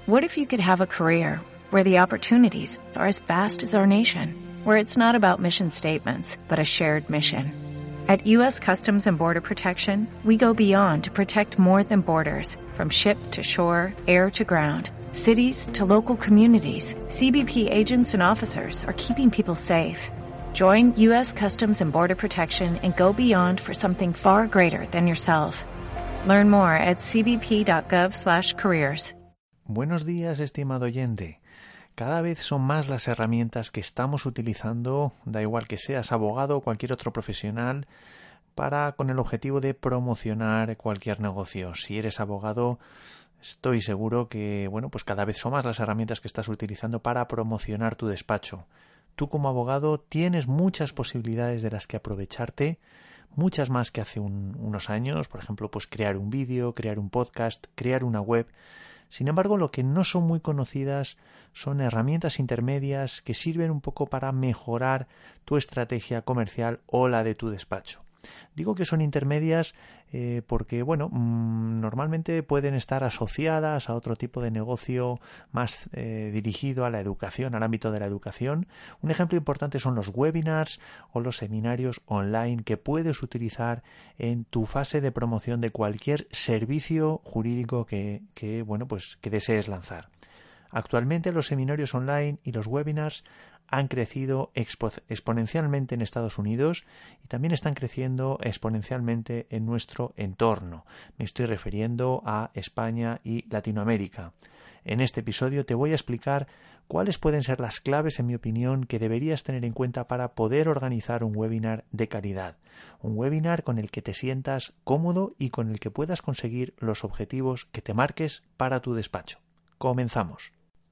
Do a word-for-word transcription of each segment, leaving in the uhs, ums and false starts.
What if you could have a career where the opportunities are as vast as our nation, where it's not about mission statements, but a shared mission? At U S Customs and Border Protection, we go beyond to protect more than borders, from ship to shore, air to ground, cities to local communities. C B P agents and officers are keeping people safe. Join U S Customs and Border Protection and go beyond for something far greater than yourself. Learn more at c b p dot gov slash careers. Buenos días, estimado oyente. Cada vez son más las herramientas que estamos utilizando, da igual que seas abogado o cualquier otro profesional, para con el objetivo de promocionar cualquier negocio. Si eres abogado, estoy seguro que, bueno, pues cada vez son más las herramientas que estás utilizando para promocionar tu despacho. Tú como abogado tienes muchas posibilidades de las que aprovecharte, muchas más que hace un, unos años, por ejemplo, pues crear un vídeo, crear un podcast, crear una web. Sin embargo, lo que no son muy conocidas son herramientas intermedias que sirven un poco para mejorar tu estrategia comercial o la de tu despacho. Digo que son intermedias eh, porque, bueno, mmm, normalmente pueden estar asociadas a otro tipo de negocio más eh, dirigido a la educación, al ámbito de la educación. Un ejemplo importante son los webinars o los seminarios online que puedes utilizar en tu fase de promoción de cualquier servicio jurídico que, que, bueno, pues, que desees lanzar. Actualmente los seminarios online y los webinars han crecido expo- exponencialmente en Estados Unidos y también están creciendo exponencialmente en nuestro entorno. Me estoy refiriendo a España y Latinoamérica. En este episodio te voy a explicar cuáles pueden ser las claves, en mi opinión, que deberías tener en cuenta para poder organizar un webinar de calidad. Un webinar con el que te sientas cómodo y con el que puedas conseguir los objetivos que te marques para tu despacho. Comenzamos.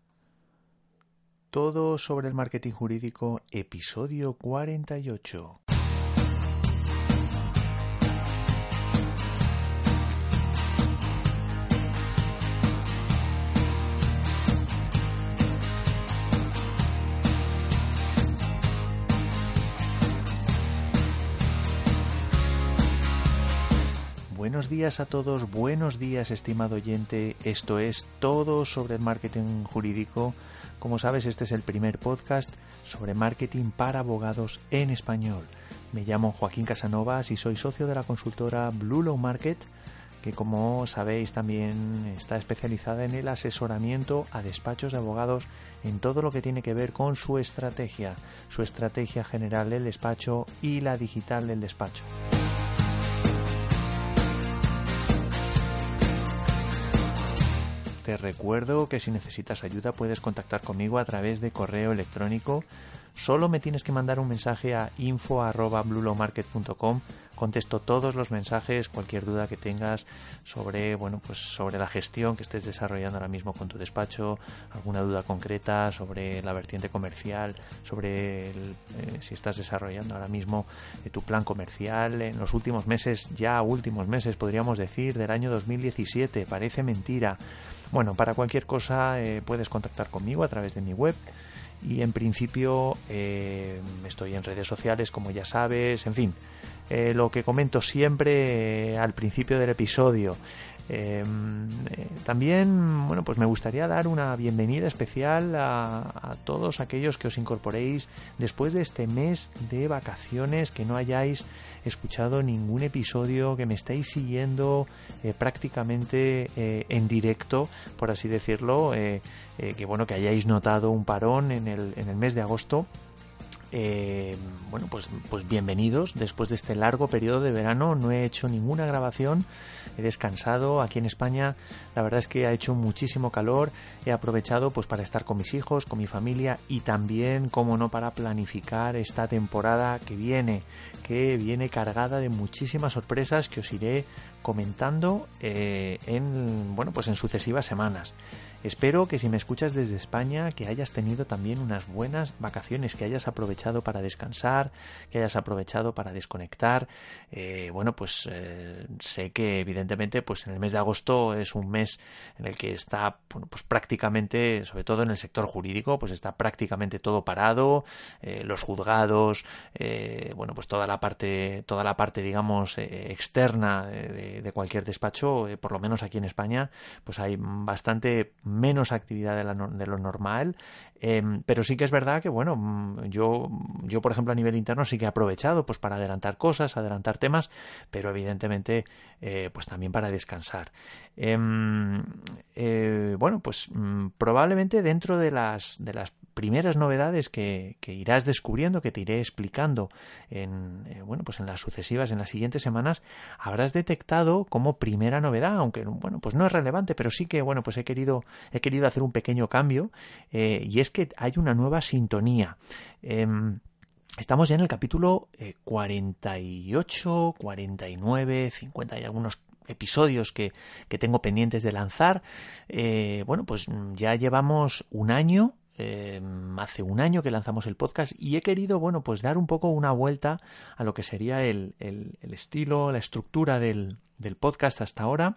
Todo sobre el marketing jurídico, episodio cuarenta y ocho. Buenos días a todos, buenos días, estimado oyente. Esto es Todo sobre el marketing jurídico. Como sabes, este es el primer podcast sobre marketing para abogados en español. Me llamo Joaquín Casanovas y soy socio de la consultora Blue Law Market, que como sabéis también está especializada en el asesoramiento a despachos de abogados en todo lo que tiene que ver con su estrategia, su estrategia general del despacho y la digital del despacho. Te recuerdo que si necesitas ayuda puedes contactar conmigo a través de correo electrónico. Solo me tienes que mandar un mensaje a info arroba blue law market punto com. Contesto todos los mensajes, cualquier duda que tengas sobre, bueno, pues sobre la gestión que estés desarrollando ahora mismo con tu despacho, alguna duda concreta sobre la vertiente comercial, sobre el, eh, si estás desarrollando ahora mismo eh, tu plan comercial en los últimos meses, ya últimos meses podríamos decir, del año dos mil diecisiete, parece mentira. Bueno, para cualquier cosa eh, puedes contactar conmigo a través de mi web y en principio eh, estoy en redes sociales, como ya sabes, en fin, eh, lo que comento siempre eh, al principio del episodio. Eh, eh, también, bueno, pues me gustaría dar una bienvenida especial a, a todos aquellos que os incorporéis después de este mes de vacaciones, que no hayáis escuchado ningún episodio, que me estáis siguiendo eh, prácticamente eh, en directo, por así decirlo, eh, eh, que bueno, que hayáis notado un parón en el, en el mes de agosto. Eh, bueno, pues, pues bienvenidos. Después de este largo periodo de verano no he hecho ninguna grabación, he descansado. Aquí en España la verdad es que ha hecho muchísimo calor, he aprovechado pues para estar con mis hijos, con mi familia y también, como no, para planificar esta temporada que viene, que viene cargada de muchísimas sorpresas que os iré comentando eh, en, bueno, pues en sucesivas semanas. Espero que si me escuchas desde España que hayas tenido también unas buenas vacaciones, que hayas aprovechado aprovechado para descansar, que hayas aprovechado para desconectar. Eh, bueno, pues eh, sé que evidentemente pues en el mes de agosto es un mes en el que está, bueno, pues prácticamente, sobre todo en el sector jurídico, pues está prácticamente todo parado, eh, los juzgados, eh, bueno, pues toda la parte, toda la parte, digamos, eh, externa de, de cualquier despacho, eh, por lo menos aquí en España, pues hay bastante menos actividad de, la, de lo normal, eh, pero sí que es verdad que, bueno, yo, yo, por ejemplo, a nivel interno sí que he aprovechado pues para adelantar cosas, adelantar temas, pero evidentemente eh, pues también para descansar. Eh, eh, bueno, pues mmm, probablemente dentro de las, de las primeras novedades que, que irás descubriendo, que te iré explicando en, eh, bueno, pues en las sucesivas, en las siguientes semanas, habrás detectado como primera novedad, aunque bueno, pues no es relevante, pero sí que bueno, pues he querido, he querido hacer un pequeño cambio, eh, y es que hay una nueva sintonía. Eh, Estamos ya en el capítulo eh, cuarenta y ocho, cuarenta y nueve, cincuenta y algunos episodios que, que tengo pendientes de lanzar. Eh, bueno, pues ya llevamos un año. Eh, hace un año que lanzamos el podcast y he querido, bueno, pues dar un poco una vuelta a lo que sería el, el, el estilo, la estructura del, del podcast hasta ahora.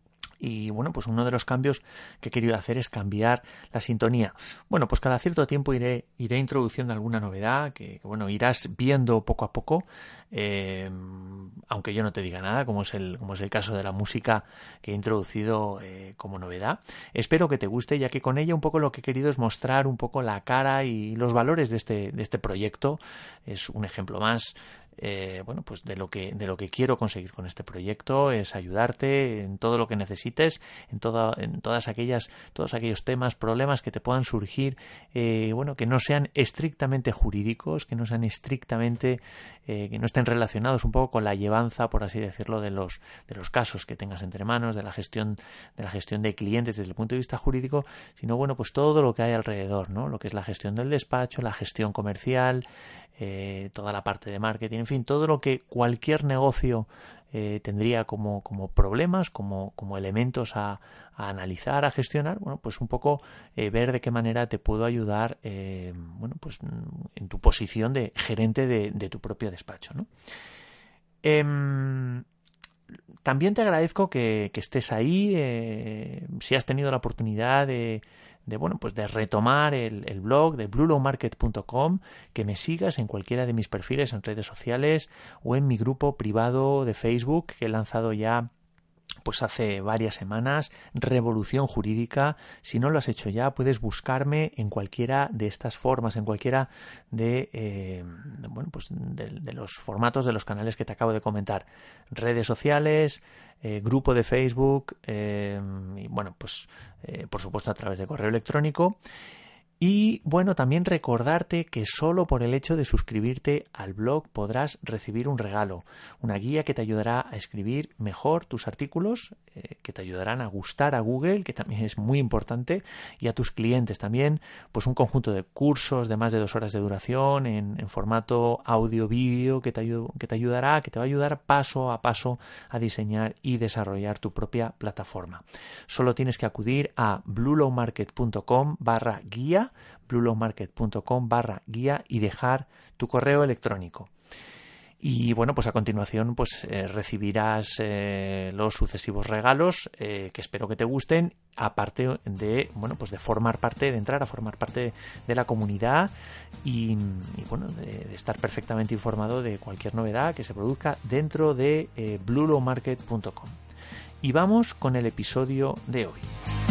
Y bueno, pues uno de los cambios que he querido hacer es cambiar la sintonía. Bueno, pues cada cierto tiempo iré, iré introduciendo alguna novedad que, que bueno, irás viendo poco a poco, eh, aunque yo no te diga nada, como es el, como es el caso de la música que he introducido eh, como novedad. Espero que te guste, ya que con ella un poco lo que he querido es mostrar un poco la cara y los valores de este, de este proyecto. Es un ejemplo más. Eh, bueno, pues de lo que de lo que quiero conseguir con este proyecto es ayudarte en todo lo que necesites, en todo, en todas aquellas todos aquellos temas, problemas que te puedan surgir, eh, bueno, que no sean estrictamente jurídicos, que no sean estrictamente eh, que no estén relacionados un poco con la llevanza, por así decirlo, de los de los casos que tengas entre manos, de la gestión de la gestión de clientes desde el punto de vista jurídico, sino bueno, pues todo lo que hay alrededor, ¿no? Lo que es la gestión del despacho, la gestión comercial, eh, toda la parte de marketing, en fin, todo lo que cualquier negocio eh, tendría como, como problemas, como, como elementos a, a analizar, a gestionar. Bueno, pues un poco eh, ver de qué manera te puedo ayudar, eh, bueno, pues en tu posición de gerente de, de tu propio despacho, ¿no? Eh, También te agradezco que, que estés ahí, eh, si has tenido la oportunidad de, de bueno, pues de retomar el, el blog de blue law market punto com, que me sigas en cualquiera de mis perfiles en redes sociales o en mi grupo privado de Facebook que he lanzado ya pues hace varias semanas, Revolución Jurídica. Si no lo has hecho ya, puedes buscarme en cualquiera de estas formas, en cualquiera de, eh, bueno, pues de, de los formatos de los canales que te acabo de comentar. Redes sociales, eh, grupo de Facebook, eh, y bueno, pues eh, por supuesto a través de correo electrónico. Y bueno, también recordarte que solo por el hecho de suscribirte al blog podrás recibir un regalo, una guía que te ayudará a escribir mejor tus artículos, eh, que te ayudarán a gustar a Google, que también es muy importante, y a tus clientes también, pues un conjunto de cursos de más de dos horas de duración en, en formato audio-vídeo que te, ayu- que te ayudará, que te va a ayudar paso a paso a diseñar y desarrollar tu propia plataforma. Solo tienes que acudir a blue law market punto com barra guía blue law market punto com barra guía y dejar tu correo electrónico. Y bueno, pues a continuación pues eh, recibirás eh, los sucesivos regalos eh, que espero que te gusten, aparte de bueno pues de formar parte, de entrar a formar parte de la comunidad y, y bueno, de, de estar perfectamente informado de cualquier novedad que se produzca dentro de eh, blue law market punto com. Y vamos con el episodio de hoy.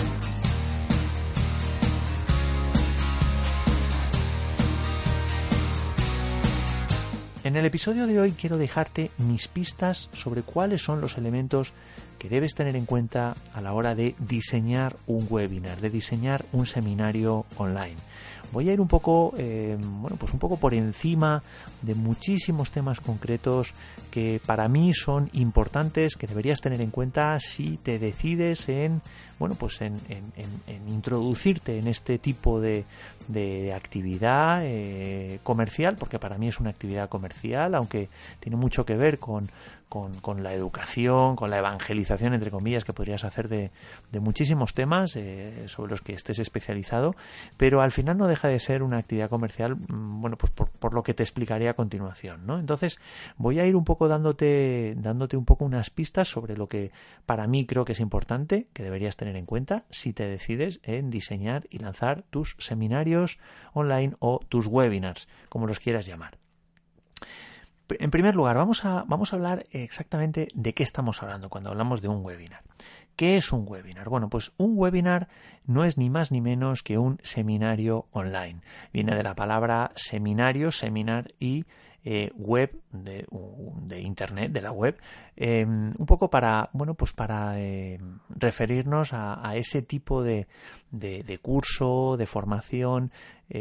En el episodio de hoy quiero dejarte mis pistas sobre cuáles son los elementos que debes tener en cuenta a la hora de diseñar un webinar, de diseñar un seminario online. Voy a ir un poco, eh, bueno, pues un poco por encima de muchísimos temas concretos que para mí son importantes, que deberías tener en cuenta si te decides en, bueno, pues en, en, en, en introducirte en este tipo de, de actividad eh, comercial, porque para mí es una actividad comercial, aunque tiene mucho que ver con, con, con la educación, con la evangelización especialización, entre comillas, que podrías hacer de, de muchísimos temas eh, sobre los que estés especializado, pero al final no deja de ser una actividad comercial, bueno, pues por, por lo que te explicaré a continuación, ¿no? Entonces, voy a ir un poco dándote, dándote un poco unas pistas sobre lo que para mí creo que es importante, que deberías tener en cuenta si te decides en diseñar y lanzar tus seminarios online o tus webinars, como los quieras llamar. En primer lugar, vamos a, vamos a hablar exactamente de qué estamos hablando cuando hablamos de un webinar. ¿Qué es un webinar? Bueno, pues un webinar no es ni más ni menos que un seminario online. Viene de la palabra seminario, seminar y eh, web, de, de internet, de la web, eh, un poco para, bueno, pues para eh, referirnos a, a ese tipo de, de, de curso, de formación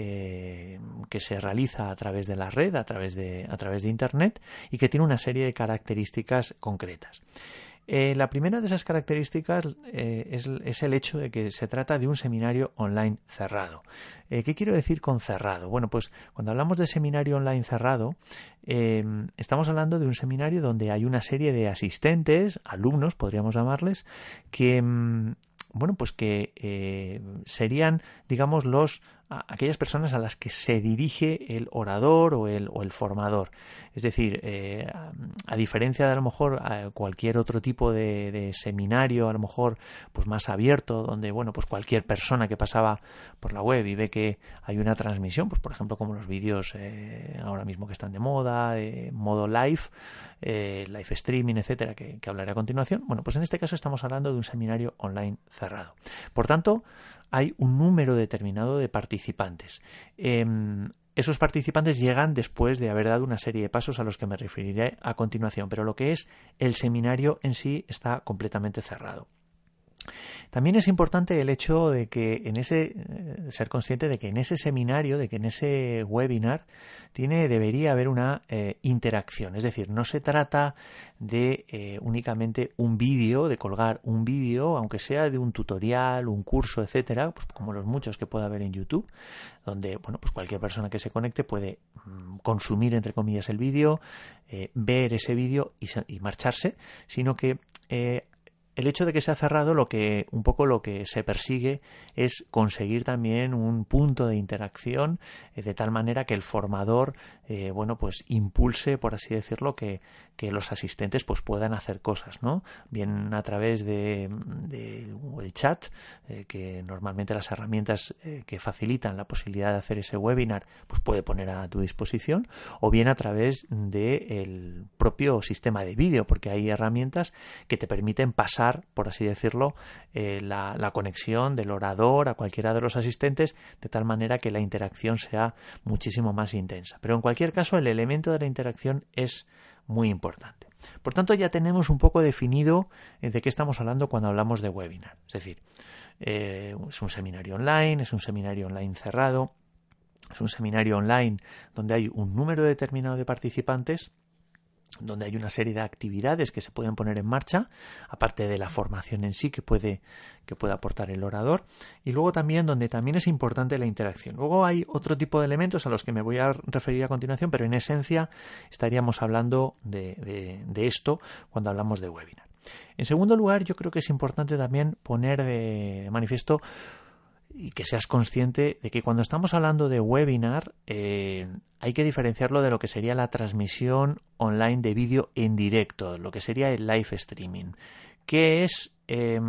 eh, que se realiza a través de la red, a través de, a través de internet y que tiene una serie de características concretas. Eh, la primera de esas características eh, es, es el hecho de que se trata de un seminario online cerrado. Eh, ¿Qué quiero decir con cerrado? Bueno, pues cuando hablamos de seminario online cerrado, eh, estamos hablando de un seminario donde hay una serie de asistentes, alumnos, podríamos llamarles, que, mm, bueno, pues que eh, serían, digamos, los a aquellas personas a las que se dirige el orador o el, o el formador. Es decir, eh, a, a diferencia de a lo mejor a cualquier otro tipo de, de seminario, a lo mejor pues más abierto, donde bueno pues cualquier persona que pasaba por la web y ve que hay una transmisión, pues por ejemplo como los vídeos eh, ahora mismo que están de moda, eh, modo live, eh, live streaming, etcétera, que, que hablaré a continuación. Bueno, pues en este caso estamos hablando de un seminario online cerrado. Por tanto, hay un número determinado de participantes. Eh, esos participantes llegan después de haber dado una serie de pasos a los que me referiré a continuación, pero lo que es el seminario en sí está completamente cerrado. También es importante el hecho de que en ese eh, ser consciente de que en ese seminario, de que en ese webinar tiene debería haber una eh, interacción, es decir, no se trata de eh, únicamente un vídeo, de colgar un vídeo, aunque sea de un tutorial, un curso, etcétera, pues como los muchos que pueda haber en YouTube, donde bueno, pues cualquier persona que se conecte puede mm, consumir entre comillas el vídeo, eh, ver ese vídeo y, y marcharse, sino que eh, el hecho de que sea cerrado, lo que un poco lo que se persigue es conseguir también un punto de interacción eh, de tal manera que el formador, eh, bueno, pues impulse, por así decirlo, que, que los asistentes pues puedan hacer cosas, ¿no? Bien a través de, de el chat, eh, que normalmente las herramientas eh, que facilitan la posibilidad de hacer ese webinar, pues puede poner a tu disposición, o bien a través del propio sistema de vídeo, porque hay herramientas que te permiten pasar, por así decirlo, eh, la, la conexión del orador a cualquiera de los asistentes de tal manera que la interacción sea muchísimo más intensa. Pero en cualquier caso el elemento de la interacción es muy importante. Por tanto, ya tenemos un poco definido eh, de qué estamos hablando cuando hablamos de webinar. Es decir, eh, es un seminario online, es un seminario online cerrado, es un seminario online donde hay un número determinado de participantes, donde hay una serie de actividades que se pueden poner en marcha, aparte de la formación en sí que puede, que puede aportar el orador, y luego también donde también es importante la interacción. Luego hay otro tipo de elementos a los que me voy a referir a continuación, pero en esencia estaríamos hablando de, de, de esto cuando hablamos de webinar. En segundo lugar, yo creo que es importante también poner de manifiesto y que seas consciente de que cuando estamos hablando de webinar eh, hay que diferenciarlo de lo que sería la transmisión online de vídeo en directo, lo que sería el live streaming, que es eh,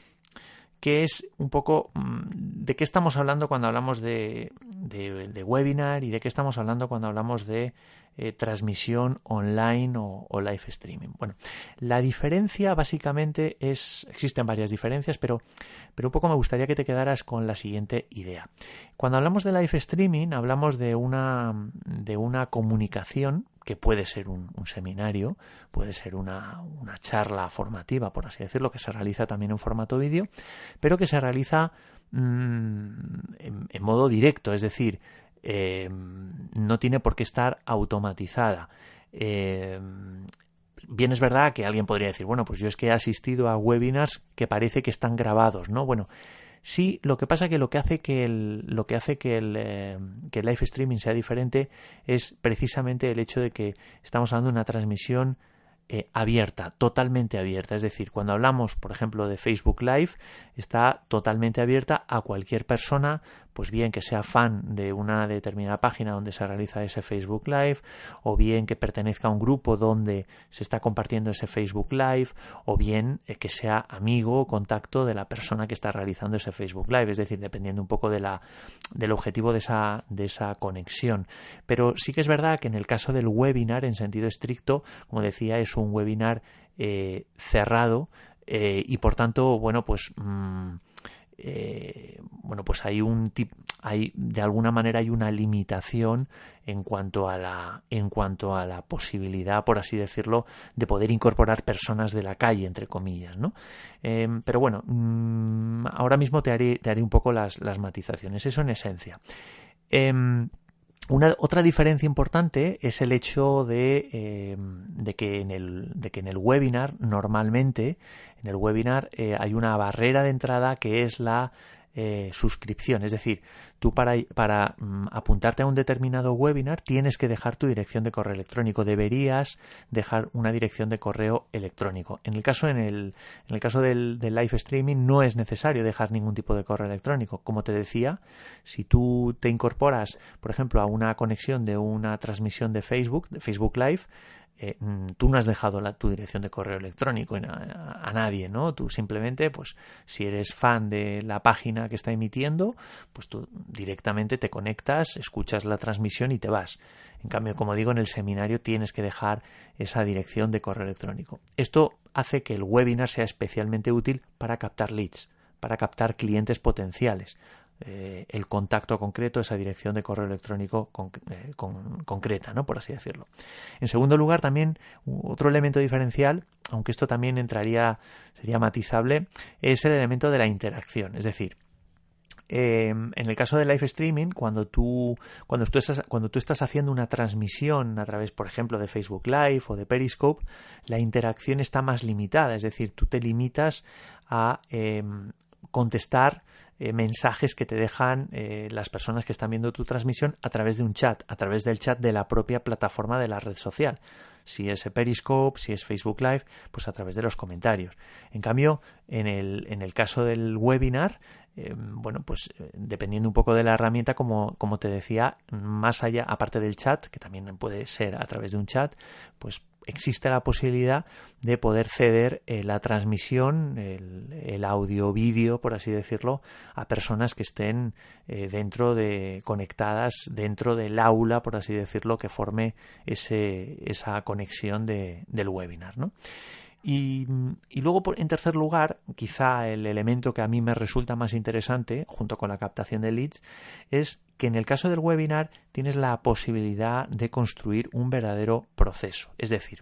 que es un poco de qué estamos hablando cuando hablamos de, de, de webinar y de qué estamos hablando cuando hablamos de eh, transmisión online o, o live streaming. Bueno, la diferencia básicamente es, existen varias diferencias, pero, pero un poco me gustaría que te quedaras con la siguiente idea. Cuando hablamos de live streaming, hablamos de una, de una comunicación que puede ser un, un seminario, puede ser una, una charla formativa, por así decirlo, que se realiza también en formato vídeo, pero que se realiza mmm, en, en modo directo, es decir, eh, no tiene por qué estar automatizada. Eh, bien es verdad que alguien podría decir, bueno, pues yo es que he asistido a webinars que parece que están grabados, ¿no? Bueno, sí, lo que pasa que lo que hace que el, lo que hace que el, eh, que el live streaming sea diferente es precisamente el hecho de que estamos hablando de una transmisión eh, abierta, totalmente abierta. Es decir, cuando hablamos, por ejemplo, de Facebook Live, está totalmente abierta a cualquier persona, pues bien que sea fan de una determinada página donde se realiza ese Facebook Live, o bien que pertenezca a un grupo donde se está compartiendo ese Facebook Live, o bien eh, que sea amigo o contacto de la persona que está realizando ese Facebook Live, es decir, dependiendo un poco de la, del objetivo de esa, de esa conexión. Pero sí que es verdad que en el caso del webinar, en sentido estricto, como decía, es un webinar eh, cerrado eh, y por tanto, bueno, pues... Mmm, Eh, bueno, pues hay un tip, hay de alguna manera hay una limitación en cuanto a la en cuanto a la posibilidad, por así decirlo, de poder incorporar personas de la calle, entre comillas, ¿no? Eh, pero bueno, mmm, ahora mismo te haré te haré un poco las las matizaciones. Eso en esencia. Eh, Una otra diferencia importante es el hecho de, eh, de que en el de que en el webinar normalmente en el webinar eh, hay una barrera de entrada que es la eh, suscripción, es decir, tú para, para um, apuntarte a un determinado webinar tienes que dejar tu dirección de correo electrónico, deberías dejar una dirección de correo electrónico. En el caso, en el, en el caso del, del live streaming no es necesario dejar ningún tipo de correo electrónico. Como te decía, si tú te incorporas, por ejemplo, a una conexión de una transmisión de Facebook, de Facebook Live, Eh, tú no has dejado la, tu dirección de correo electrónico a, a, a nadie, ¿no? Tú simplemente, pues, si eres fan de la página que está emitiendo, pues tú directamente te conectas, escuchas la transmisión y te vas. En cambio, como digo, en el seminario tienes que dejar esa dirección de correo electrónico. Esto hace que el webinar sea especialmente útil para captar leads, para captar clientes potenciales. Eh, el contacto concreto, esa dirección de correo electrónico con, eh, con, concreta, ¿no? Por así decirlo. En segundo lugar, también otro elemento diferencial, aunque esto también entraría, sería matizable, es el elemento de la interacción. Es decir, eh, en el caso del live streaming, cuando tú, cuando tú estás, cuando tú estás haciendo una transmisión a través, por ejemplo, de Facebook Live o de Periscope, la interacción está más limitada. Es decir, tú te limitas a eh, contestar Eh, mensajes que te dejan eh, las personas que están viendo tu transmisión a través de un chat, a través del chat de la propia plataforma de la red social. Si es Periscope, si es Facebook Live, pues a través de los comentarios. En cambio, en el, en el caso del webinar, eh, bueno, pues eh, dependiendo un poco de la herramienta, como, como te decía, más allá, aparte del chat, que también puede ser a través de un chat, pues existe la posibilidad de poder ceder eh, la transmisión, el, el audio-vídeo, por así decirlo, a personas que estén eh, dentro de, conectadas dentro del aula, por así decirlo, que forme ese, esa conexión de, del webinar, ¿no? Y, y luego, en tercer lugar, quizá el elemento que a mí me resulta más interesante, junto con la captación de leads, es que en el caso del webinar tienes la posibilidad de construir un verdadero proceso. Es decir,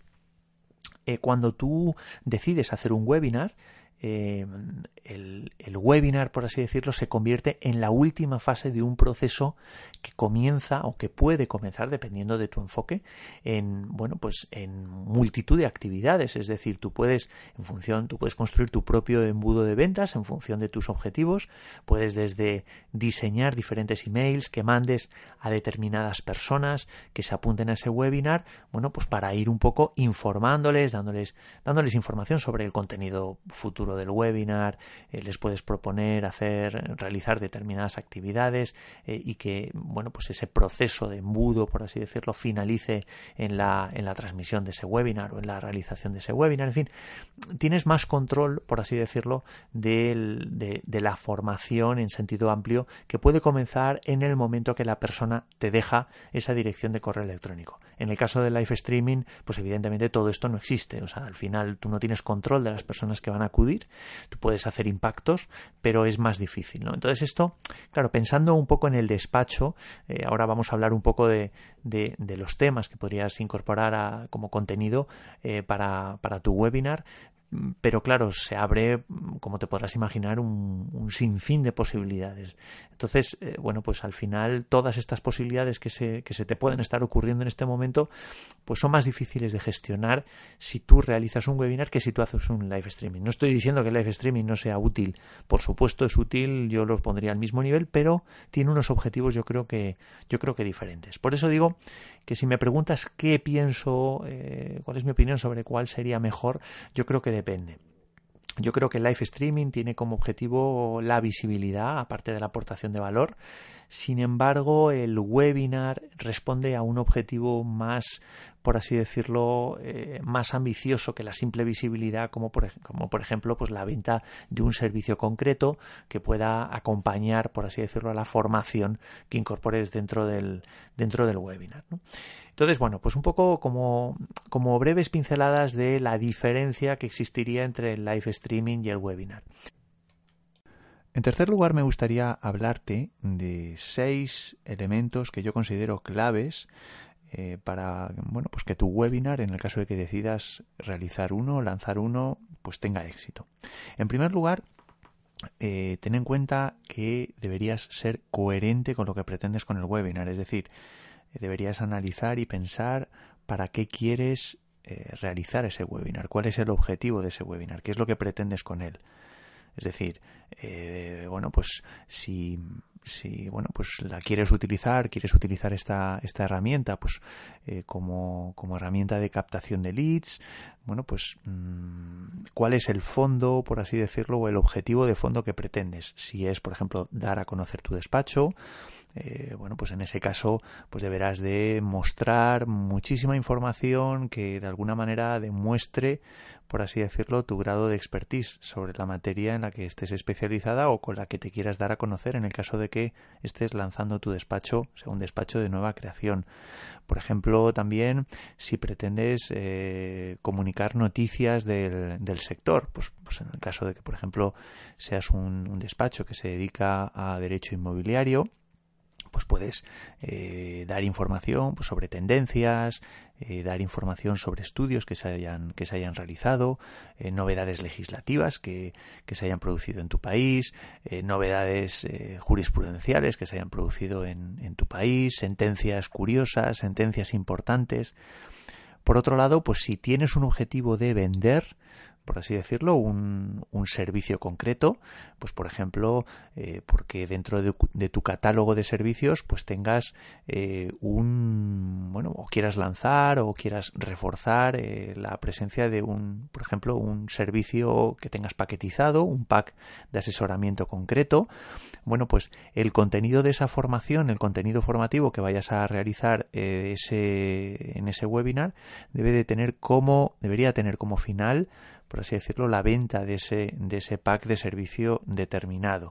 eh, cuando tú decides hacer un webinar, eh, el, el webinar, por así decirlo, se convierte en la última fase de un proceso que comienza o que puede comenzar, dependiendo de tu enfoque, en bueno, pues en multitud de actividades. Es decir, tú puedes, en función, tú puedes construir tu propio embudo de ventas en función de tus objetivos. Puedes desde diseñar diferentes emails que mandes a determinadas personas que se apunten a ese webinar, bueno, pues para ir un poco informándoles, dándoles, dándoles información sobre el contenido futuro del webinar. Eh, les puedes proponer hacer, realizar determinadas actividades eh, y que, bueno, pues ese proceso de embudo, por así decirlo, finalice en la, en la transmisión de ese webinar o en la realización de ese webinar. En fin, tienes más control, por así decirlo, del, de, de la formación en sentido amplio, que puede comenzar en el momento que la persona te deja esa dirección de correo electrónico. En el caso del live streaming, pues evidentemente todo esto no existe. O sea, al final tú no tienes control de las personas que van a acudir. Tú puedes hacer impactos, pero es más difícil, ¿no? Entonces esto, claro, pensando un poco en el despacho, eh, ahora vamos a hablar un poco de, de, de los temas que podrías incorporar a, como contenido eh, para, para tu webinar, pero claro, se abre, como te podrás imaginar, un, un sinfín de posibilidades. Entonces, eh, bueno, pues al final todas estas posibilidades que se, que se te pueden estar ocurriendo en este momento, pues son más difíciles de gestionar si tú realizas un webinar que si tú haces un live streaming. No estoy diciendo que el live streaming no sea útil, por supuesto es útil, yo lo pondría al mismo nivel, pero tiene unos objetivos yo creo que, yo creo que diferentes. Por eso digo que si me preguntas qué pienso, eh, cuál es mi opinión sobre cuál sería mejor, yo creo que depende. Yo creo que el live streaming tiene como objetivo la visibilidad, aparte de la aportación de valor. Sin embargo, el webinar responde a un objetivo más, por así decirlo, eh, más ambicioso que la simple visibilidad, como por, como por ejemplo pues la venta de un servicio concreto que pueda acompañar, por así decirlo, a la formación que incorpores dentro del, dentro del webinar, ¿no? Entonces, bueno, pues un poco como, como breves pinceladas de la diferencia que existiría entre el live streaming y el webinar. En tercer lugar, me gustaría hablarte de seis elementos que yo considero claves eh, para, bueno, pues que tu webinar, en el caso de que decidas realizar uno, lanzar uno, pues tenga éxito. En primer lugar, eh, ten en cuenta que deberías ser coherente con lo que pretendes con el webinar, es decir, deberías analizar y pensar para qué quieres eh, realizar ese webinar, cuál es el objetivo de ese webinar, qué es lo que pretendes con él. Es decir, eh, bueno, pues si, si bueno, pues la quieres utilizar, quieres utilizar esta, esta herramienta, pues eh, como, como herramienta de captación de leads, bueno, pues mmm, cuál es el fondo, por así decirlo, o el objetivo de fondo que pretendes. Si es, por ejemplo, dar a conocer tu despacho, Eh, bueno, pues en ese caso pues deberás de mostrar muchísima información que de alguna manera demuestre, por así decirlo, tu grado de expertise sobre la materia en la que estés especializada o con la que te quieras dar a conocer en el caso de que estés lanzando tu despacho, o sea, un despacho de nueva creación. Por ejemplo, también si pretendes eh, comunicar noticias del, del sector, pues, pues en el caso de que, por ejemplo, seas un, un despacho que se dedica a derecho inmobiliario, pues puedes eh, dar información pues, sobre tendencias, eh, dar información sobre estudios que se hayan, que se hayan realizado, eh, novedades legislativas que, que se hayan producido en tu país, eh, novedades eh, jurisprudenciales que se hayan producido en, en tu país, sentencias curiosas, sentencias importantes. Por otro lado, pues si tienes un objetivo de vender, por así decirlo, un, un servicio concreto, pues por ejemplo, eh, porque dentro de, de tu catálogo de servicios pues tengas eh, un, bueno, o quieras lanzar o quieras reforzar eh, la presencia de un, por ejemplo, un servicio que tengas paquetizado, un pack de asesoramiento concreto, bueno, pues el contenido de esa formación, el contenido formativo que vayas a realizar eh, ese, en ese webinar, debe de tener como, debería tener como final, por así decirlo, la venta de ese, de ese pack de servicio determinado.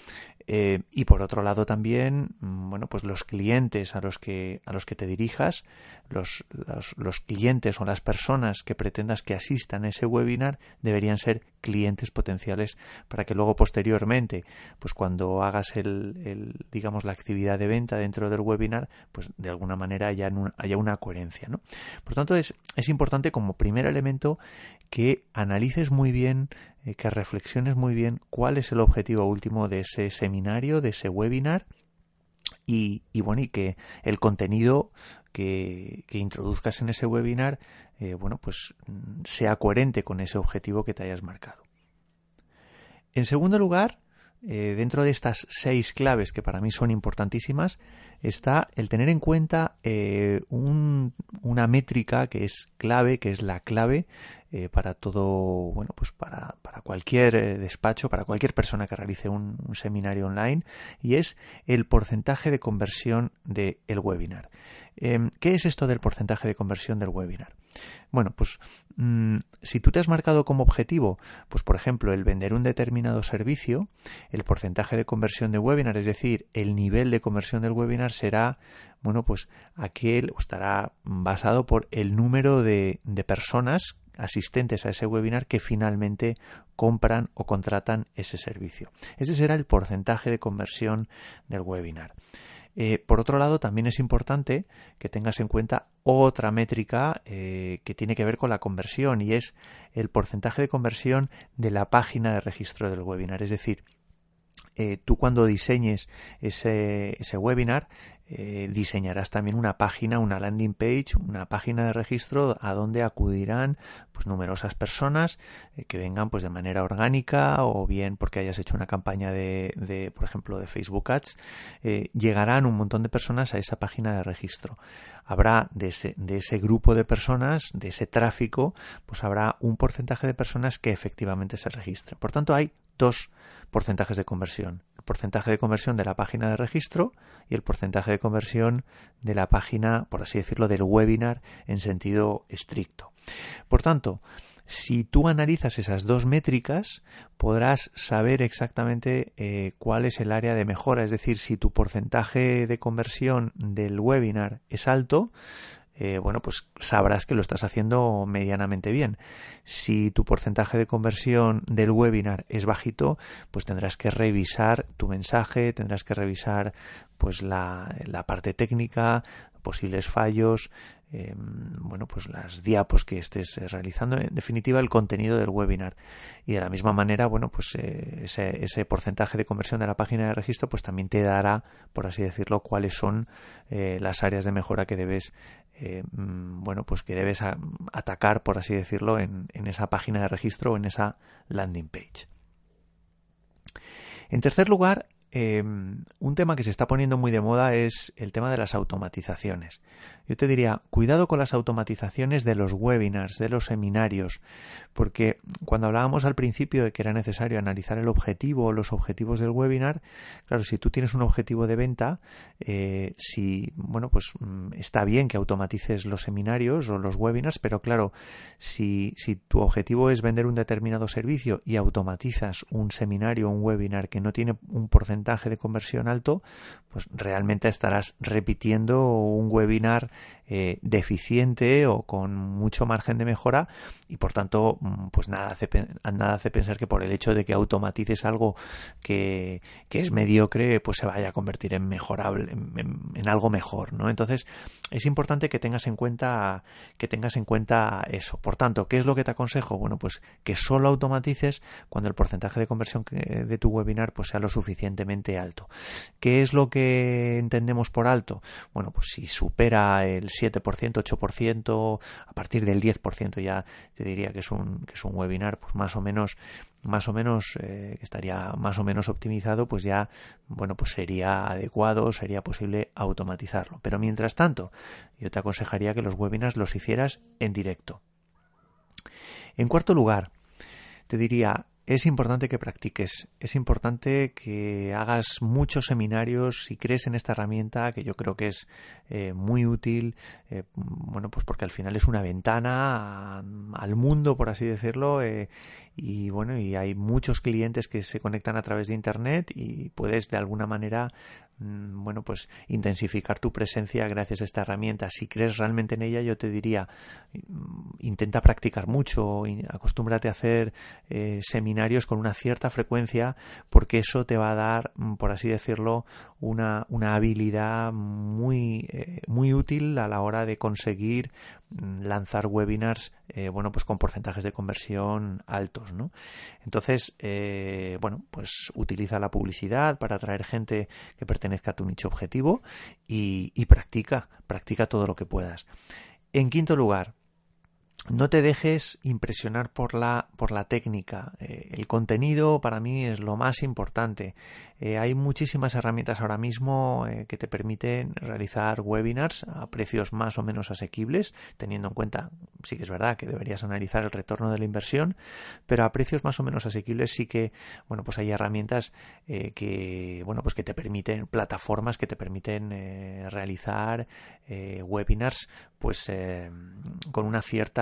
Eh, y por otro lado también, bueno, pues los clientes a los que a los que te dirijas, los, los, los clientes o las personas que pretendas que asistan a ese webinar deberían ser clientes potenciales para que luego posteriormente, pues cuando hagas el, el digamos la actividad de venta dentro del webinar, pues de alguna manera haya, haya una coherencia, ¿no? Por tanto, es, es importante como primer elemento que analices muy bien, eh, que reflexiones muy bien cuál es el objetivo último de ese seminario, de ese webinar y, y bueno, y que el contenido que, que introduzcas en ese webinar, eh, bueno, pues sea coherente con ese objetivo que te hayas marcado. En segundo lugar, eh, dentro de estas seis claves que para mí son importantísimas, está el tener en cuenta eh, un, una métrica que es clave, que es la clave eh, para todo, bueno, pues para, para cualquier eh, despacho, para cualquier persona que realice un, un seminario online, y es el porcentaje de conversión del webinar. Eh, ¿Qué es esto del porcentaje de conversión del webinar? Bueno, pues mmm, si tú te has marcado como objetivo, pues por ejemplo, el vender un determinado servicio, el porcentaje de conversión de webinar, es decir, el nivel de conversión del webinar será, bueno, pues aquel estará basado por el número de, de personas asistentes a ese webinar que finalmente compran o contratan ese servicio. Ese será el porcentaje de conversión del webinar. Eh, por otro lado, también es importante que tengas en cuenta otra métrica eh, que tiene que ver con la conversión, y es el porcentaje de conversión de la página de registro del webinar. Es decir, Eh, tú cuando diseñes ese, ese webinar eh, diseñarás también una página, una landing page, una página de registro a donde acudirán pues numerosas personas eh, que vengan pues de manera orgánica, o bien porque hayas hecho una campaña de, de por ejemplo de Facebook Ads. Eh, llegarán un montón de personas a esa página de registro. Habrá de ese, de ese grupo de personas, de ese tráfico, pues habrá un porcentaje de personas que efectivamente se registren. Por tanto, hay dos porcentajes de conversión: el porcentaje de conversión de la página de registro y el porcentaje de conversión de la página, por así decirlo, del webinar en sentido estricto. Por tanto, si tú analizas esas dos métricas, podrás saber exactamente eh, cuál es el área de mejora. Es decir, si tu porcentaje de conversión del webinar es alto, Eh, bueno, pues sabrás que lo estás haciendo medianamente bien. Si tu porcentaje de conversión del webinar es bajito, pues tendrás que revisar tu mensaje, tendrás que revisar pues la, la parte técnica, posibles fallos, eh, bueno, pues las diapos que estés realizando, en definitiva el contenido del webinar. Y de la misma manera, bueno, pues eh, ese, ese porcentaje de conversión de la página de registro pues también te dará, por así decirlo, cuáles son eh, las áreas de mejora que debes eh, bueno, pues que debes a, atacar, por así decirlo, en, en esa página de registro o en esa landing page. En tercer lugar, Eh, un tema que se está poniendo muy de moda es el tema de las automatizaciones. Yo te diría, cuidado con las automatizaciones de los webinars, de los seminarios, porque cuando hablábamos al principio de que era necesario analizar el objetivo o los objetivos del webinar, claro, si tú tienes un objetivo de venta, eh, si, bueno, pues está bien que automatices los seminarios o los webinars, pero claro, si, si tu objetivo es vender un determinado servicio y automatizas un seminario o un webinar que no tiene un porcentaje de conversión alto, pues realmente estarás repitiendo un webinar eh, deficiente o con mucho margen de mejora, y por tanto pues nada hace, nada hace pensar que por el hecho de que automatices algo que, que es mediocre pues se vaya a convertir en mejorable, en, en, en algo mejor, ¿no? Entonces es importante que tengas en cuenta que tengas en cuenta eso. Por tanto, ¿qué es lo que te aconsejo? Bueno, pues que solo automatices cuando el porcentaje de conversión que, de tu webinar pues sea lo suficientemente alto. ¿Qué es lo que entendemos por alto? Bueno, pues si supera el siete por ciento, ocho por ciento, a partir del diez por ciento ya te diría que es un, que es un webinar pues más o menos más o menos eh, que estaría más o menos optimizado, pues ya bueno, pues sería adecuado, sería posible automatizarlo. Pero mientras tanto, yo te aconsejaría que los webinars los hicieras en directo. En cuarto lugar, te diría, es importante que practiques, es importante que hagas muchos seminarios si crees en esta herramienta, que yo creo que es eh, muy útil, eh, bueno, pues porque al final es una ventana a, al mundo, por así decirlo, eh, y bueno, y hay muchos clientes que se conectan a través de internet y puedes de alguna manera bueno, pues intensificar tu presencia gracias a esta herramienta. Si crees realmente en ella, yo te diría, intenta practicar mucho, acostúmbrate a hacer eh, seminarios con una cierta frecuencia, porque eso te va a dar, por así decirlo, una, una habilidad muy, eh, muy útil a la hora de conseguir lanzar webinars eh, bueno, pues con porcentajes de conversión altos, ¿no? Entonces, eh, bueno, pues utiliza la publicidad para atraer gente que pertenezca a tu nicho objetivo y, y practica, practica todo lo que puedas. En quinto lugar, no te dejes impresionar por la, por la técnica. Eh, el contenido para mí es lo más importante. Eh, hay muchísimas herramientas ahora mismo eh, que te permiten realizar webinars a precios más o menos asequibles, teniendo en cuenta, sí que es verdad que deberías analizar el retorno de la inversión, pero a precios más o menos asequibles sí que, bueno, pues hay herramientas eh, que, bueno, pues que te permiten, plataformas que te permiten eh, realizar eh, webinars, pues eh, con una cierta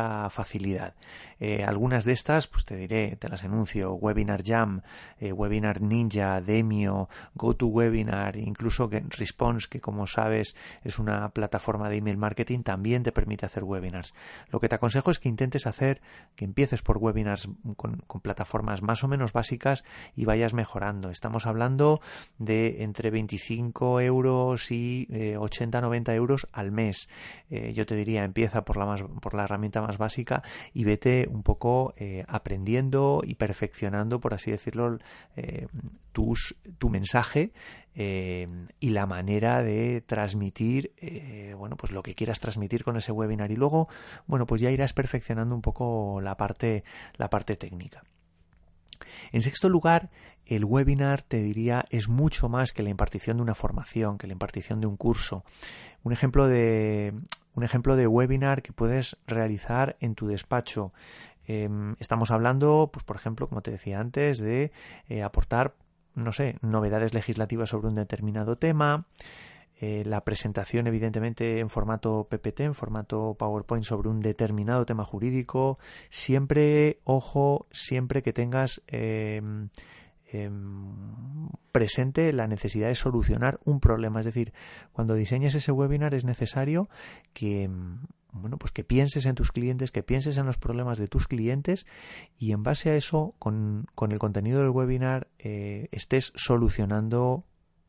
mucha facilidad. Eh, algunas de estas, pues te diré, te las enuncio: Webinar Jam, eh, Webinar Ninja, Demio, GoToWebinar, incluso Response, que como sabes es una plataforma de email marketing, también te permite hacer webinars. Lo que te aconsejo es que intentes hacer, que empieces por webinars con, con plataformas más o menos básicas y vayas mejorando. Estamos hablando de entre veinticinco euros y eh, ochenta a noventa euros al mes. Eh, yo te diría, empieza por la, más, por la herramienta más básica y vete un poco eh, aprendiendo y perfeccionando, por así decirlo, eh, tus, tu mensaje eh, y la manera de transmitir eh, bueno, pues lo que quieras transmitir con ese webinar, y luego, bueno, pues ya irás perfeccionando un poco la parte, la parte técnica. En sexto lugar, el webinar, te diría, es mucho más que la impartición de una formación, que la impartición de un curso. Un ejemplo de, un ejemplo de webinar que puedes realizar en tu despacho. Eh, estamos hablando, pues por ejemplo, como te decía antes, de eh, aportar, no sé, novedades legislativas sobre un determinado tema. Eh, la presentación, evidentemente, en formato P P T, en formato PowerPoint, sobre un determinado tema jurídico. Siempre, ojo, siempre que tengas eh, eh, presente la necesidad de solucionar un problema. Es decir, cuando diseñes ese webinar es necesario que, bueno, pues que pienses en tus clientes, que pienses en los problemas de tus clientes, y en base a eso, con, con el contenido del webinar, eh, estés solucionando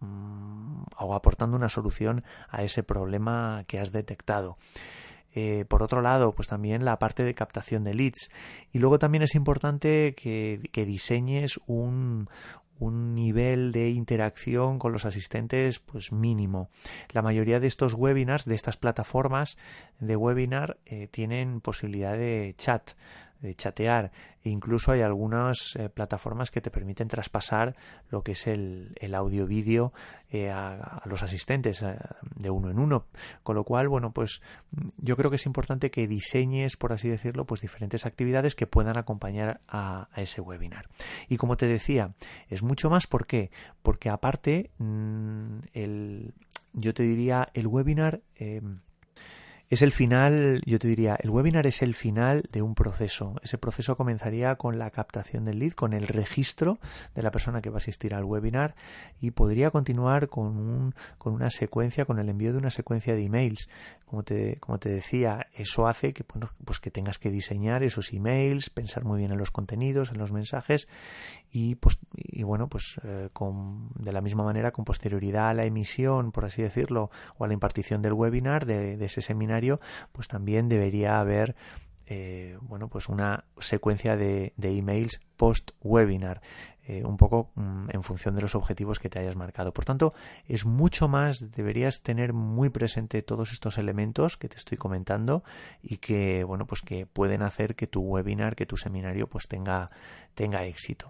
o aportando una solución a ese problema que has detectado. Eh, por otro lado, pues también la parte de captación de leads. Y luego también es importante que, que diseñes un, un nivel de interacción con los asistentes pues mínimo. La mayoría de estos webinars, de estas plataformas de webinar, eh, tienen posibilidad de chat, de chatear, e incluso hay algunas eh, plataformas que te permiten traspasar lo que es el, el audio-vídeo eh, a, a los asistentes eh, de uno en uno, con lo cual, bueno, pues yo creo que es importante que diseñes, por así decirlo, pues diferentes actividades que puedan acompañar a, a ese webinar. Y como te decía, es mucho más. ¿Por qué? Porque aparte, mmm, el, yo te diría, el webinar eh, es el final, yo te diría, el webinar es el final de un proceso. Ese proceso comenzaría con la captación del lead, con el registro de la persona que va a asistir al webinar, y podría continuar con, un, con una secuencia, con el envío de una secuencia de emails. Como te, como te decía, eso hace que, bueno, pues que tengas que diseñar esos emails, pensar muy bien en los contenidos, en los mensajes, y, pues, y bueno, pues eh, con, de la misma manera, con posterioridad a la emisión, por así decirlo, o a la impartición del webinar, de, de ese seminario, pues también debería haber eh, bueno, pues una secuencia de, de emails post webinar, eh, un poco mm, en función de los objetivos que te hayas marcado. Por tanto, es mucho más, deberías tener muy presente todos estos elementos que te estoy comentando, y que, bueno, pues que pueden hacer que tu webinar, que tu seminario, pues tenga, tenga éxito.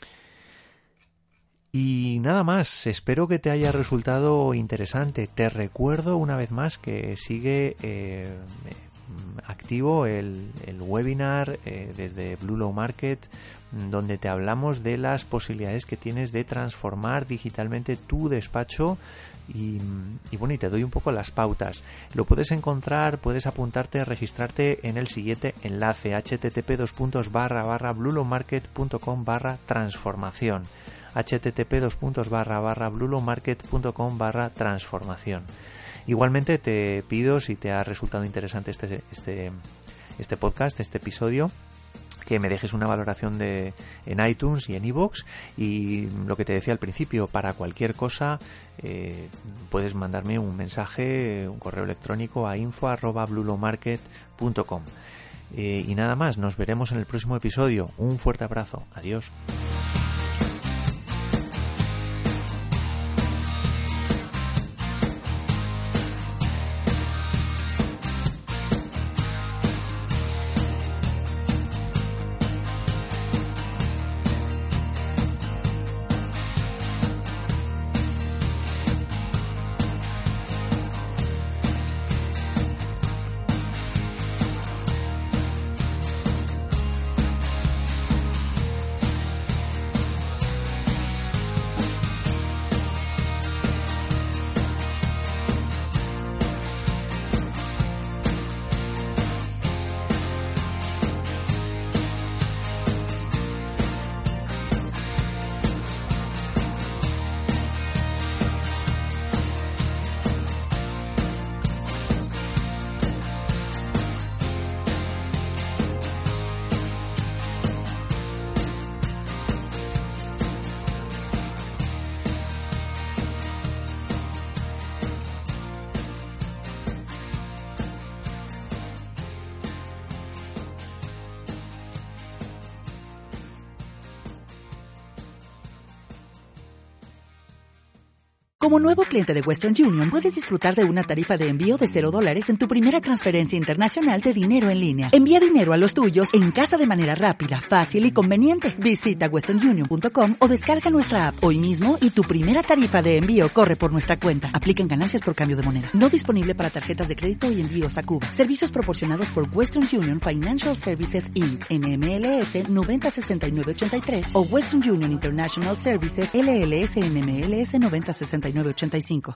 Y nada más, espero que te haya resultado interesante. Te recuerdo una vez más que sigue eh, activo el, el webinar eh, desde Bluelow Market, donde te hablamos de las posibilidades que tienes de transformar digitalmente tu despacho. Y, y bueno, y te doy un poco las pautas. Lo puedes encontrar, puedes apuntarte, registrarte en el siguiente enlace: http dos puntos barra barra bluelowmarket.com barra transformación. http dos puntos barra barra bluelowmarket.com barra transformación. Igualmente te pido, si te ha resultado interesante este, este, este podcast, este episodio, que me dejes una valoración de, en iTunes y en iVoox, y lo que te decía al principio, para cualquier cosa eh, puedes mandarme un mensaje, un correo electrónico a info arroba bluelowmarket punto com. Eh, y nada más, nos veremos en el próximo episodio. Un fuerte abrazo, adiós. Como nuevo cliente de Western Union, puedes disfrutar de una tarifa de envío de cero dólares en tu primera transferencia internacional de dinero en línea. Envía dinero a los tuyos en casa de manera rápida, fácil y conveniente. Visita western union punto com o descarga nuestra app hoy mismo y tu primera tarifa de envío corre por nuestra cuenta. Aplican ganancias por cambio de moneda. No disponible para tarjetas de crédito y envíos a Cuba. Servicios proporcionados por Western Union Financial Services incorporated. N M L S noventa sesenta y nueve ochenta y tres o Western Union International Services L L S N M L S noventa sesenta y nueve ochenta y cinco.